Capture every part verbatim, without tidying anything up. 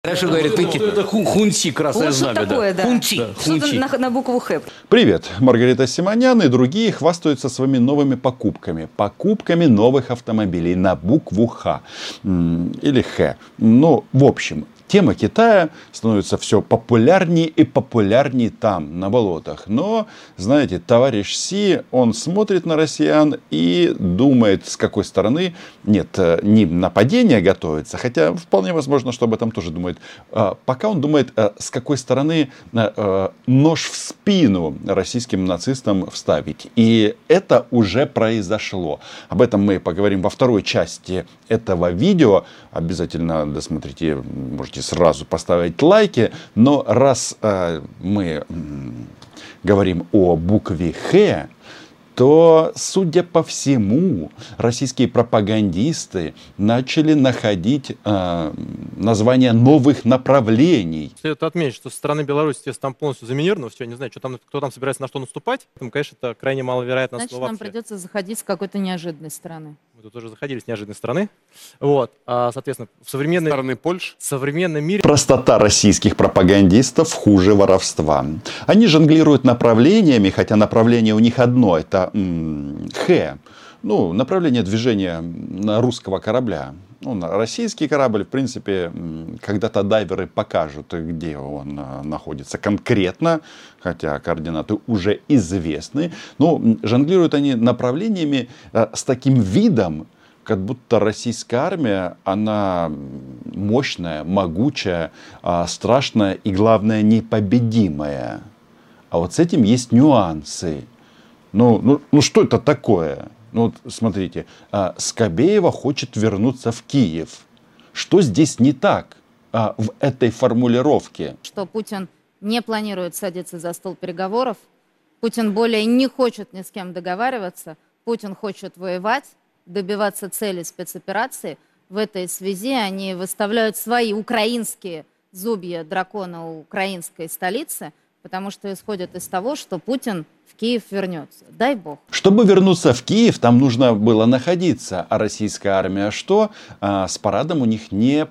Хорошо говорит, Что это хун- хунти, красное Вот что знамя, такое, да. Хунти. Да. Что-то на, на букву Х. Привет, Маргарита Симонян и другие хвастаются своими новыми покупками. Покупками новых автомобилей на букву Х м, или Х. Ну, в общем, тема Китая становится все популярнее и популярнее там, на болотах. Но, знаете, товарищ Си, он смотрит на россиян и думает, с какой стороны, нет, не нападение готовится, хотя вполне возможно, что об этом тоже думает. Пока он думает, с какой стороны нож в спину российским нацистам вставить. И это уже произошло. Об этом мы поговорим во второй части этого видео. Обязательно досмотрите, можете сразу поставить лайки. Но раз э, мы м, говорим о букве Х, то, судя по всему, российские пропагандисты начали находить э, названия новых направлений. Следует отметить, что со стороны Беларуси, естественно, там полностью заминировано все, не знаю, что там, кто там собирается на что наступать. Поэтому, конечно, это крайне маловероятно. Значит, нам придется заходить с какой-то неожиданной стороны. Мы тут уже заходили с неожиданной стороны. Вот. А, соответственно, в современной... стороны Польши. В современном мире... Простота российских пропагандистов хуже воровства. Они жонглируют направлениями, хотя направление у них одно, это м, Х. Ну, направление движения русского корабля. Ну, российский корабль, в принципе, когда-то дайверы покажут, где он находится конкретно, хотя координаты уже известны. Но жонглируют они направлениями с таким видом, как будто российская армия, она мощная, могучая, страшная и, главное, непобедимая. А вот с этим есть нюансы. Ну, ну, ну что это такое? Ну вот смотрите, Скобеева хочет вернуться в Киев. Что здесь не так а, в этой формулировке? Что Путин не планирует садиться за стол переговоров. Путин более не хочет ни с кем договариваться. Путин хочет воевать, добиваться цели спецоперации. В этой связи они выставляют свои украинские зубья дракона у украинской столицы, потому что исходят из того, что Путин в Киев вернется. Дай бог. Чтобы вернуться в Киев, там нужно было находиться. А российская армия что? А, с парадом у них не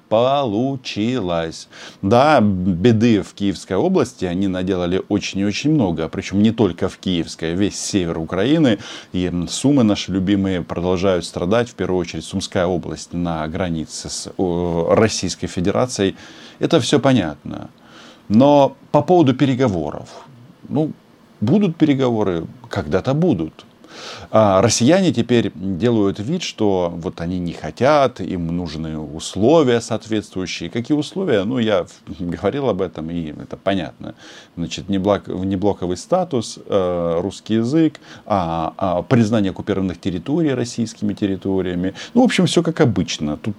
получилось. Да, беды в Киевской области они наделали очень и очень много. Причем не только в Киевской, весь север Украины. И Сумы наши любимые продолжают страдать. В первую очередь Сумская область на границе с о, Российской Федерацией. Это все понятно. Но по поводу переговоров. Ну, будут переговоры, когда-то будут. А россияне теперь делают вид, что вот они не хотят, им нужны условия соответствующие. Какие условия? Ну, я говорил об этом, и это понятно. Значит, внеблоковый статус, русский язык, а, а, признание оккупированных территорий российскими территориями. Ну, в общем, все как обычно. Тут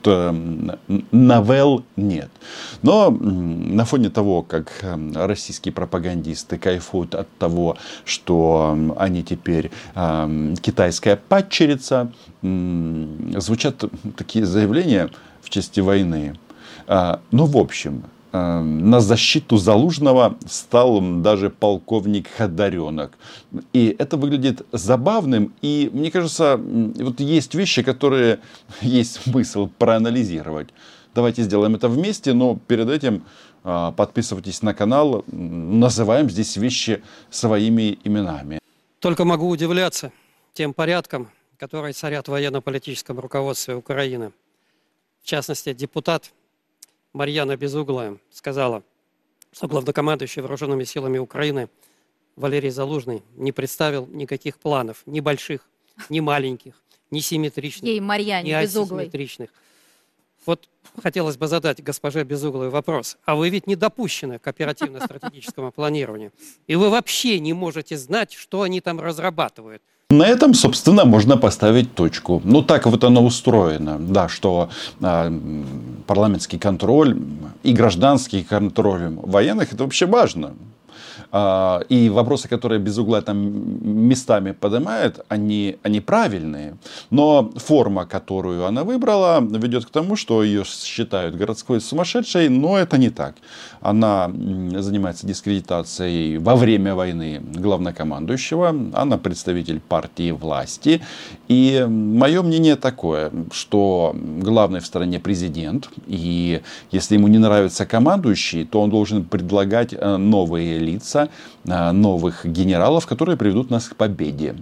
новелл нет. Но на фоне того, как российские пропагандисты кайфуют от того, что они теперь китайская падчерица, звучат такие заявления в части войны. Ну, в общем, на защиту Залужного стал даже полковник Ходоренок. И это выглядит забавным. И мне кажется, вот есть вещи, которые есть смысл проанализировать. Давайте сделаем это вместе, но перед этим подписывайтесь на канал. Называем здесь вещи своими именами. Только могу удивляться тем порядкам, которые царят в военно-политическом руководстве Украины. В частности, депутат Марьяна Безуглая сказала, что главнокомандующий вооруженными силами Украины Валерий Залужный не представил никаких планов, ни больших, ни маленьких, ни симметричных, Ей, Марьяне ни Безуглой. асимметричных. Вот хотелось бы задать госпоже Безуглой вопрос. А вы ведь не допущены к оперативно-стратегическому планированию. И вы вообще не можете знать, что они там разрабатывают. На этом, собственно, можно поставить точку. Ну, так вот оно устроено, да, что э, парламентский контроль и гражданский контроль военных – это вообще важно. И вопросы, которые Безугла там местами поднимает, они, они правильные. Но форма, которую она выбрала, ведет к тому, что ее считают городской сумасшедшей, но это не так. Она занимается дискредитацией во время войны главнокомандующего. Она представитель партии власти. И мое мнение такое, что главный в стране президент. И если ему не нравится командующий, то он должен предлагать новые лица, новых генералов, которые приведут нас к победе.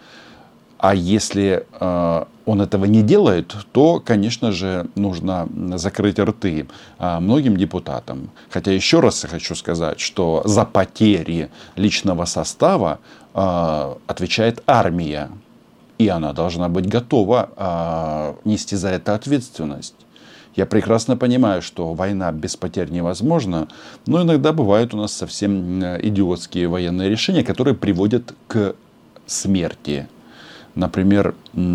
А если э, он этого не делает, то, конечно же, нужно закрыть рты э, многим депутатам. Хотя еще раз хочу сказать, что за потери личного состава э, отвечает армия. И она должна быть готова э, нести за это ответственность. Я прекрасно понимаю, что война без потерь невозможна, но иногда бывают у нас совсем идиотские военные решения, которые приводят к смерти. Например,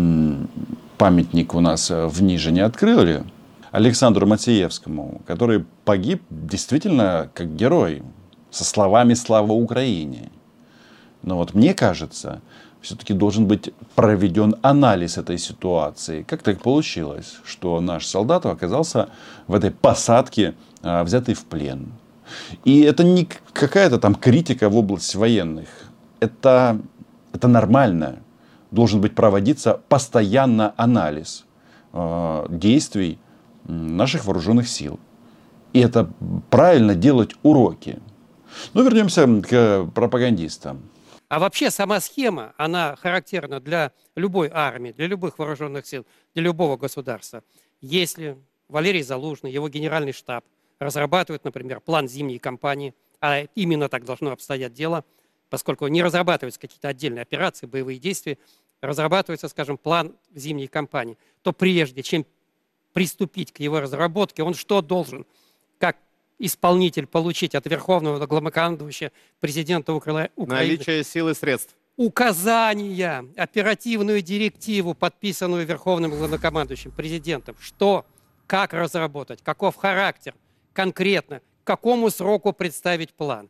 памятник у нас в Нижине открыли Александру Мациевскому, который погиб действительно как герой, со словами «Слава Украине». Но вот мне кажется, все-таки должен быть проведен анализ этой ситуации. Как так получилось, что наш солдат оказался в этой посадке, взятый в плен? И это не какая-то там критика в области военных. Это, это нормально. Должен быть проводиться постоянно анализ э, действий наших вооруженных сил. И это правильно делать уроки. Но вернемся к пропагандистам. А вообще сама схема, она характерна для любой армии, для любых вооруженных сил, для любого государства. Если Валерий Залужный, его генеральный штаб разрабатывает, например, план зимней кампании, а именно так должно обстоять дело, поскольку не разрабатываются какие-то отдельные операции, боевые действия, разрабатывается, скажем, план зимней кампании, то прежде чем приступить к его разработке, он что должен, как исполнитель, получить от Верховного Главнокомандующего президента Укра... Украины? Наличие сил и средств. Указания, оперативную директиву, подписанную Верховным Главнокомандующим президентом. Что, как разработать, каков характер, конкретно, к какому сроку представить план.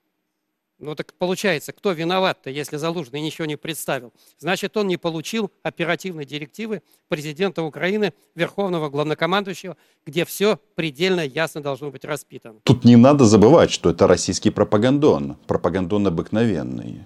Ну так получается, кто виноват-то, если Залужный ничего не представил? Значит, он не получил оперативной директивы президента Украины, Верховного Главнокомандующего, где все предельно ясно должно быть расписано. Тут не надо забывать, что это российский пропагандон, пропагандон обыкновенный.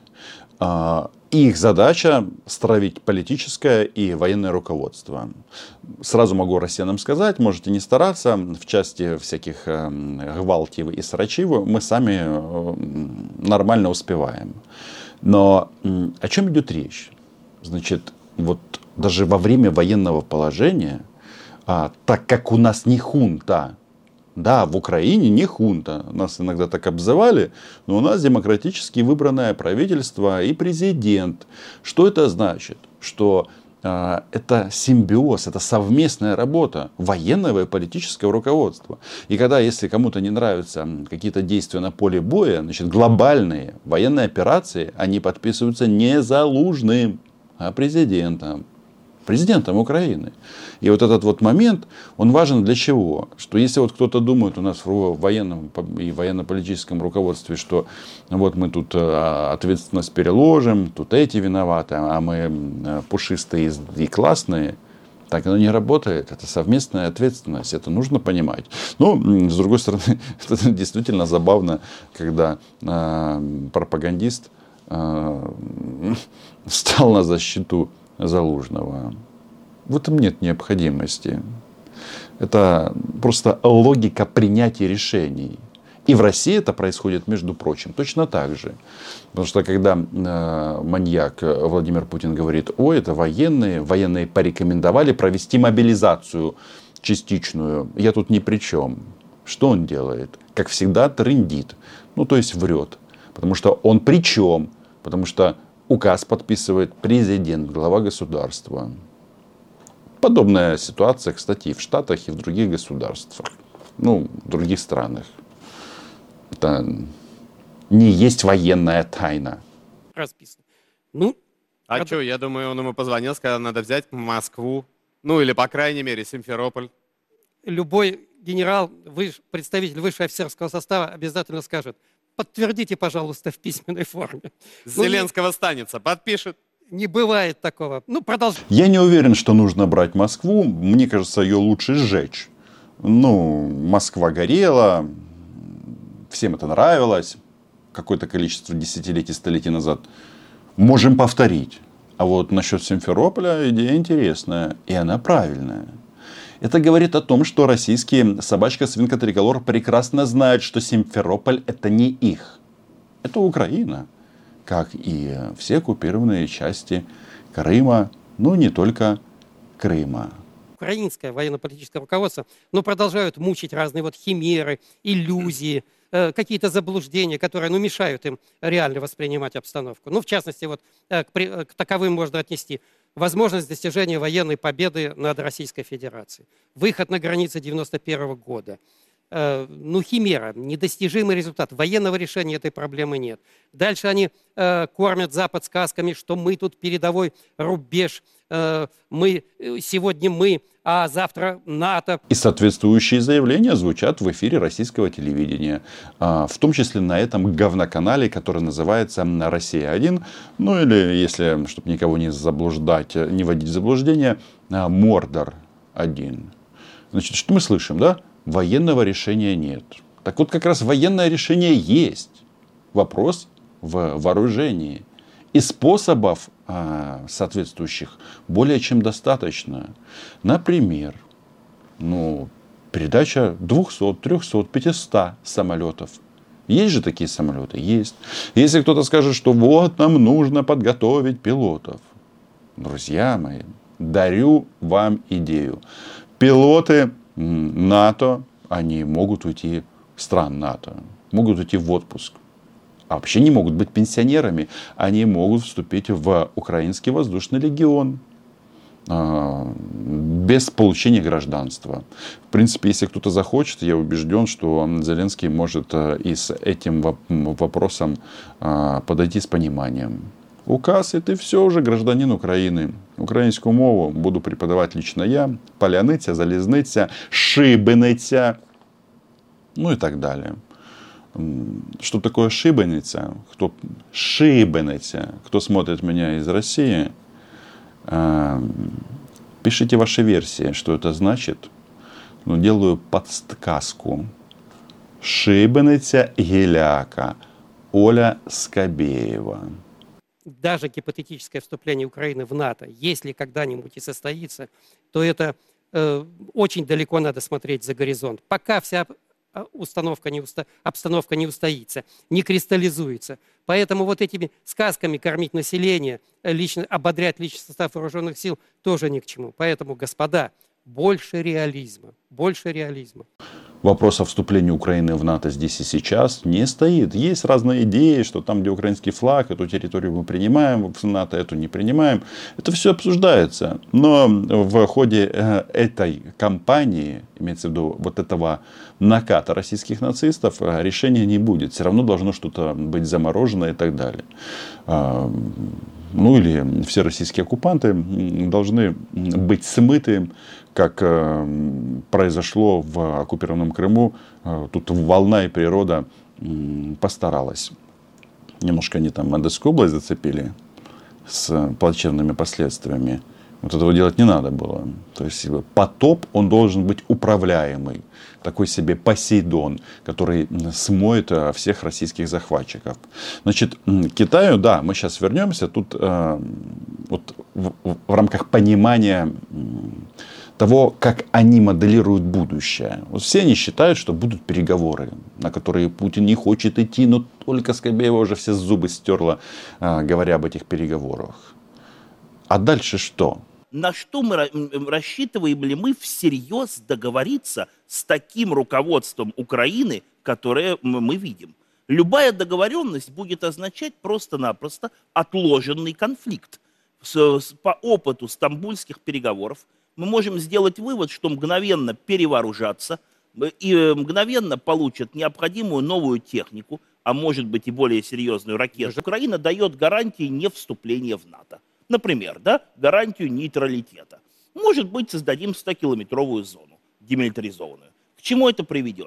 Их задача стравить политическое и военное руководство. Сразу могу россиянам сказать, можете не стараться, в части всяких гвалтив и срачив мы сами нормально успеваем. Но о чем идет речь? Значит, вот даже во время военного положения, так как у нас не хунта, да, в Украине не хунта, нас иногда так обзывали, но у нас демократически выбранное правительство и президент. Что это значит? Что э, это симбиоз, это совместная работа военного и политического руководства. И когда, если кому-то не нравятся какие-то действия на поле боя, значит, глобальные военные операции, они подписываются не Залужным, а президентом. Президентом Украины. И вот этот вот момент, он важен для чего? Что если вот кто-то думает у нас в военном и военно-политическом руководстве, что вот мы тут ответственность переложим, тут эти виноваты, а мы пушистые и классные, так оно не работает. Это совместная ответственность. Это нужно понимать. Но, с другой стороны, это действительно забавно, когда э, пропагандист э, встал на защиту Залужного. В этом нет необходимости. Это просто логика принятия решений. И в России это происходит, между прочим, точно так же. Потому что когда э, маньяк Владимир Путин говорит: ой, это военные, военные порекомендовали провести мобилизацию частичную, я тут ни при чем. Что он делает? Как всегда, трындит. Ну, то есть врет. Потому что он при чем? Потому что указ подписывает президент, глава государства. Подобная ситуация, кстати, и в Штатах, и в других государствах. Ну, в других странах. Это не есть военная тайна. Расписано. Ну, А это- что, я думаю, он ему позвонил, сказал, надо взять Москву. Ну, или, по крайней мере, Симферополь. любой генерал, выш- представитель высшего офицерского состава обязательно скажет: подтвердите, пожалуйста, в письменной форме. С Ну, не- Зеленского станется, подпишет. Не бывает такого. Ну, продолжайте. Я не уверен, что нужно брать Москву. Мне кажется, ее лучше сжечь. Ну, Москва горела, всем это нравилось. Какое-то количество десятилетий, столетий назад. Можем повторить. А вот насчет Симферополя идея интересная. И она правильная. Это говорит о том, что российские собачка свинка триколор прекрасно знают, что Симферополь это не их. Это Украина. Как и все оккупированные части Крыма, ну не только Крыма. Украинское военно-политическое руководство, ну, продолжают мучить разные вот химеры, иллюзии, э, какие-то заблуждения, которые, ну, мешают им реально воспринимать обстановку. Ну, в частности, вот э, к, при- к таковым можно отнести возможность достижения военной победы над Российской Федерацией, выход на границы девяносто первого года. Э, ну, химера, недостижимый результат. Военного решения этой проблемы нет. Дальше они э, кормят Запад сказками, что мы тут передовой рубеж, э, мы, э, сегодня мы, а завтра НАТО. И соответствующие заявления звучат в эфире российского телевидения. а, В том числе на этом говноканале, который называется «Россия один». Ну или, если, чтобы никого не заблуждать, не вводить в заблуждение, а, «Мордор один». Значит, что мы слышим, да? Военного решения нет. Так вот, как раз военное решение есть. Вопрос в вооружении. И способов а, соответствующих более чем достаточно. Например, ну, передача двухсот, трехсот, пятисот самолетов. Есть же такие самолеты? Есть. Если кто-то скажет, что вот нам нужно подготовить пилотов. Друзья мои, дарю вам идею. Пилоты НАТО, они могут уйти в стран НАТО, могут уйти в отпуск. А вообще не могут быть пенсионерами. Они могут вступить в Украинский воздушный легион а, без получения гражданства. В принципе, если кто-то захочет, я убежден, что Зеленский может и с этим вопросом а, подойти с пониманием. Указ, и ты все уже гражданин України. Українську мову буду преподавать лично я. Паляниця, залізниця, шибениця, ну и так далее. Что такое шибениця? Кто шибениця? Кто смотрит меня из России, пишите ваши версии, что это значит. Ну, делаю подсказку. Шибениця гіляка. Оля Скобеева. Даже гипотетическое вступление Украины в НАТО, если когда-нибудь и состоится, то это э, очень далеко надо смотреть за горизонт. Пока вся установка не уста... обстановка не устоится, не кристаллизуется. Поэтому вот этими сказками кормить население, лично, ободрять личный состав вооруженных сил тоже ни к чему. Поэтому, господа, больше реализма, больше реализма. Вопрос о вступлении Украины в НАТО здесь и сейчас не стоит. Есть разные идеи, что там, где украинский флаг, эту территорию мы принимаем, в НАТО эту не принимаем. Это все обсуждается. Но в ходе этой кампании, имеется в виду вот этого наката российских нацистов, решения не будет. Все равно должно что-то быть заморожено и так далее. Ну или все российские оккупанты должны быть смыты, как произошло в оккупированном Крыму. Тут волна и природа постаралась. Немножко они там Одесскую область зацепили с плачевными последствиями. Вот этого делать не надо было. То есть потоп, он должен быть управляемый. Такой себе Посейдон, который смоет всех российских захватчиков. Значит, к Китаю, да, мы сейчас вернемся. Тут э, вот в, в рамках понимания того, как они моделируют будущее. Вот все они считают, что будут переговоры, на которые Путин не хочет идти, но только Скобеева уже все зубы стерла, э, говоря об этих переговорах. А дальше что? На что мы рассчитываем ли мы всерьез договориться с таким руководством Украины, которое мы видим? Любая договоренность будет означать просто-напросто отложенный конфликт. По опыту стамбульских переговоров мы можем сделать вывод, что мгновенно перевооружатся и мгновенно получат необходимую новую технику, а может быть и более серьезную ракету. Украина дает гарантии не вступления в НАТО. Например, да, гарантию нейтралитета. Может быть, создадим стокилометровую зону, демилитаризованную. К чему это приведет?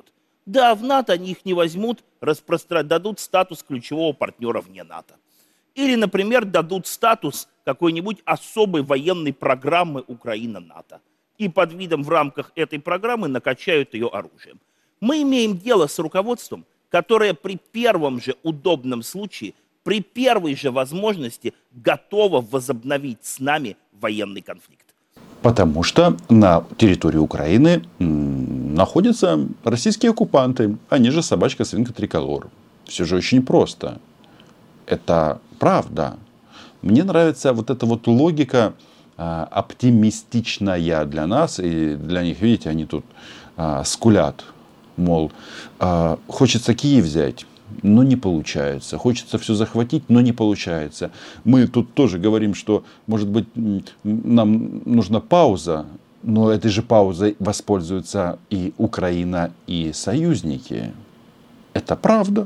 Да, в НАТО они их не возьмут, распространят, дадут статус ключевого партнера вне НАТО. Или, например, дадут статус какой-нибудь особой военной программы Украина-НАТО. И под видом в рамках этой программы накачают ее оружием. Мы имеем дело с руководством, которое при первом же удобном случае, при первой же возможности готово возобновить с нами военный конфликт. Потому что на территории Украины м, находятся российские оккупанты, они же собачка, свинка, триколор. Все же очень просто. Это правда. Мне нравится вот эта вот логика а, оптимистичная для нас и для них. Видите, они тут а, скулят. Мол, а, хочется Киев взять, но не получается. Хочется все захватить, но не получается. Мы тут тоже говорим, что, может быть, нам нужна пауза, но этой же паузой воспользуются и Украина, и союзники. Это правда.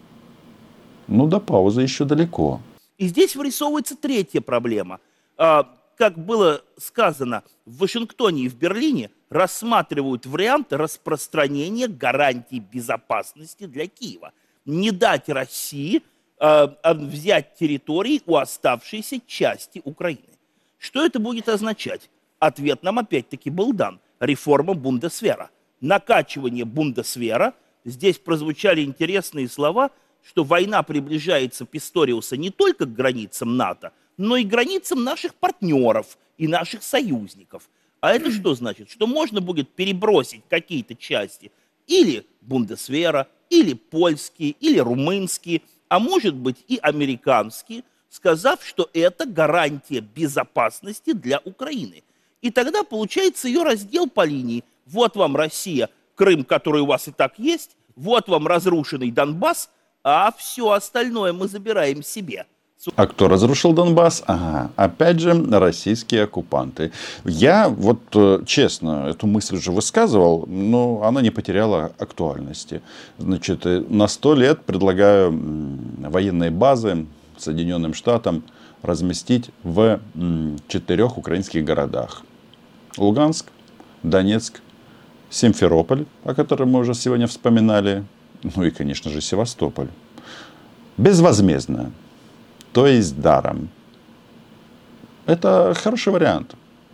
Ну, до паузы еще далеко. И здесь вырисовывается третья проблема. А, как было сказано, в Вашингтоне и в Берлине рассматривают вариант распространения гарантий безопасности для Киева. Не дать России э, взять территории у оставшейся части Украины. Что это будет означать? Ответ нам опять-таки был дан. Реформа Бундесвера. Накачивание Бундесвера. Здесь прозвучали интересные слова, что война приближается Писториуса не только к границам НАТО, но и к границам наших партнеров и наших союзников. А это что значит? Что можно будет перебросить какие-то части или Бундесвера, или польские, или румынские, а может быть и американские, сказав, что это гарантия безопасности для Украины. И тогда получается ее раздел по линии. Вот вам Россия, Крым, который у вас и так есть, вот вам разрушенный Донбасс, а все остальное мы забираем себе. А кто разрушил Донбасс? Ага, опять же, российские оккупанты. Я вот честно эту мысль уже высказывал, но она не потеряла актуальности. Значит, на сто лет предлагаю военные базы Соединенным Штатам разместить в четырех украинских городах. Луганск, Донецк, Симферополь, о котором мы уже сегодня вспоминали, ну и, конечно же, Севастополь. Безвозмездно. То есть даром. Это хороший вариант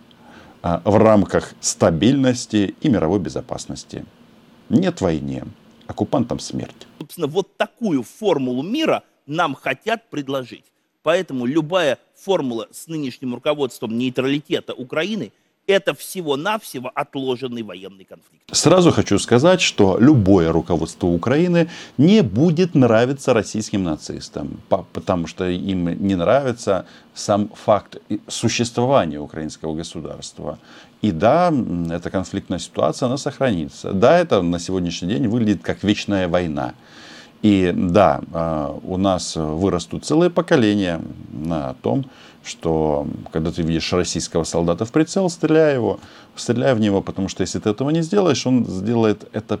в рамках стабильности и мировой безопасности. Нет войне, оккупантам смерть. Собственно, вот такую формулу мира нам хотят предложить. Поэтому любая формула с нынешним руководством нейтралитета Украины – это всего-навсего отложенный военный конфликт. Сразу хочу сказать, что любое руководство Украины не будет нравиться российским нацистам, потому что им не нравится сам факт существования украинского государства. И да, эта конфликтная ситуация, она сохранится. Да, это на сегодняшний день выглядит как вечная война. И да, у нас вырастут целые поколения на том, что когда ты видишь российского солдата в прицел, стреляй его, стреляй в него, потому что если ты этого не сделаешь, он сделает это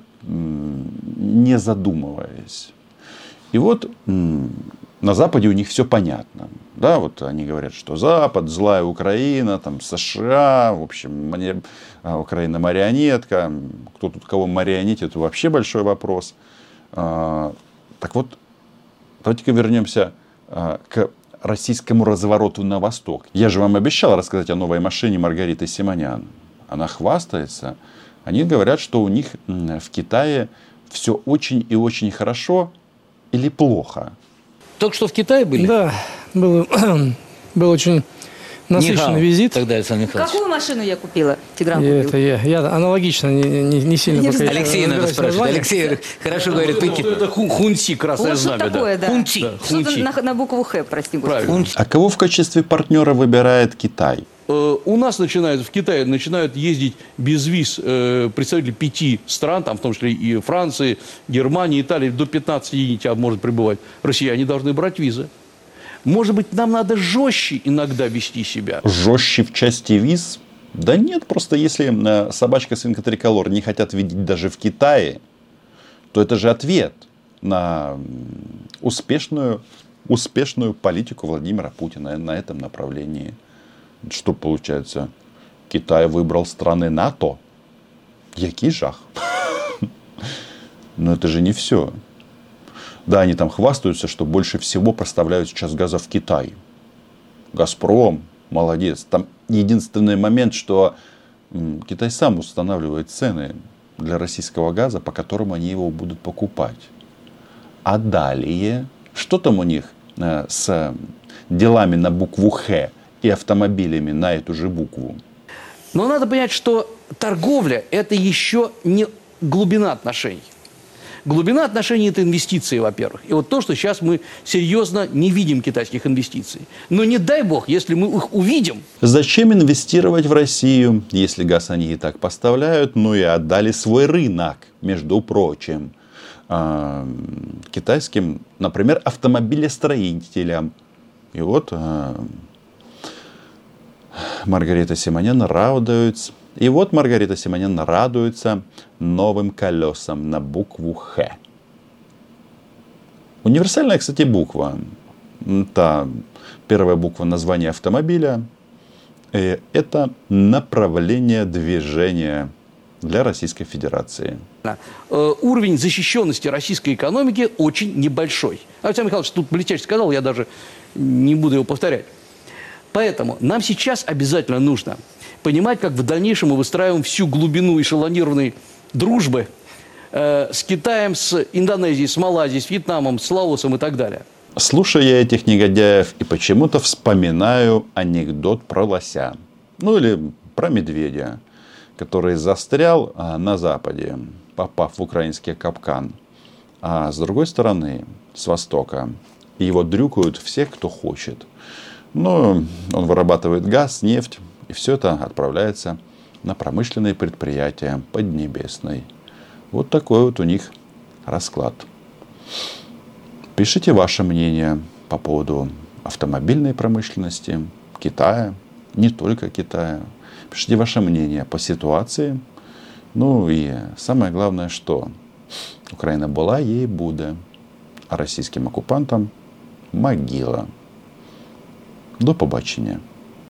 не задумываясь. И вот на Западе у них все понятно. Да, вот они говорят, что Запад, злая Украина, там США, в общем, Украина марионетка. Кто тут кого марионетит, это вообще большой вопрос. Так вот, давайте-ка вернемся к российскому развороту на восток. Я же вам обещал рассказать о новой машине Маргариты Симонян. Она хвастается. Они говорят, что у них в Китае все очень и очень хорошо или плохо. Только что в Китае были? Да, был, был очень насыщенный визит. Тогда, Александр Михайлович. Какую машину я купила? Тигран Я, купил. это я, я аналогично, не, не, не сильно Я пока знаю. Алексей надо разбираюсь в спрашивать. названиях. Алексей хорошо говорит. Ну, Это, это хун- хунти, красное Вот что знамя. такое, да. Хунти. Что-то хунти. на, на букву Х, прости, господи. Правильно. А кого в качестве партнера выбирает Китай? Э, У нас начинают, в Китае начинают ездить без виз э, представители пяти стран, там, в том числе и Франции, Германии, Италии, до пятнадцати единиц может прибывать. Россияне должны брать визы. Может быть, нам надо жестче иногда вести себя? Жестче в части виз? Да нет, просто если собачка, свинка, триколор не хотят видеть даже в Китае, то это же ответ на успешную, успешную политику Владимира Путина на этом направлении. Что получается? Китай выбрал страны НАТО? Який жах. Но это же не все. Да, они там хвастаются, что больше всего поставляют сейчас газа в Китай. «Газпром» молодец. Там единственный момент, что Китай сам устанавливает цены для российского газа, по которым они его будут покупать. А далее, что там у них э, с делами на букву «Х» и автомобилями на эту же букву? Но надо понять, что торговля – это еще не глубина отношений. Глубина отношений – это инвестиции, во-первых. И вот то, что сейчас мы серьезно не видим китайских инвестиций. Но не дай бог, если мы их увидим. Зачем инвестировать в Россию, если газ они и так поставляют, ну и отдали свой рынок, между прочим, э, китайским, например, автомобилестроителям. И вот э, Маргарита Симонян радуется. И вот Маргарита Симонян радуется новым колесам на букву «Х». Универсальная, кстати, буква. Та первая буква названия автомобиля. И это направление движения для Российской Федерации. Уровень защищенности российской экономики очень небольшой. Александр Михайлович тут блестяще сказал, я даже не буду его повторять. Поэтому нам сейчас обязательно нужно понимать, как в дальнейшем мы выстраиваем всю глубину эшелонированной дружбы э, с Китаем, с Индонезией, с Малайзией, с Вьетнамом, с Лаосом и так далее. Слушаю я этих негодяев и почему-то вспоминаю анекдот про лося. Ну или про медведя, который застрял а, на Западе, попав в украинский капкан. А с другой стороны, с востока, его дрюкают все, кто хочет. Но он вырабатывает газ, нефть, и все это отправляется на промышленные предприятия Поднебесной. Вот такой вот у них расклад. Пишите ваше мнение по поводу автомобильной промышленности, Китая, не только Китая. Пишите ваше мнение по ситуации. Ну и самое главное, что Украина была, ей буде, а российским оккупантам могила. До побачення.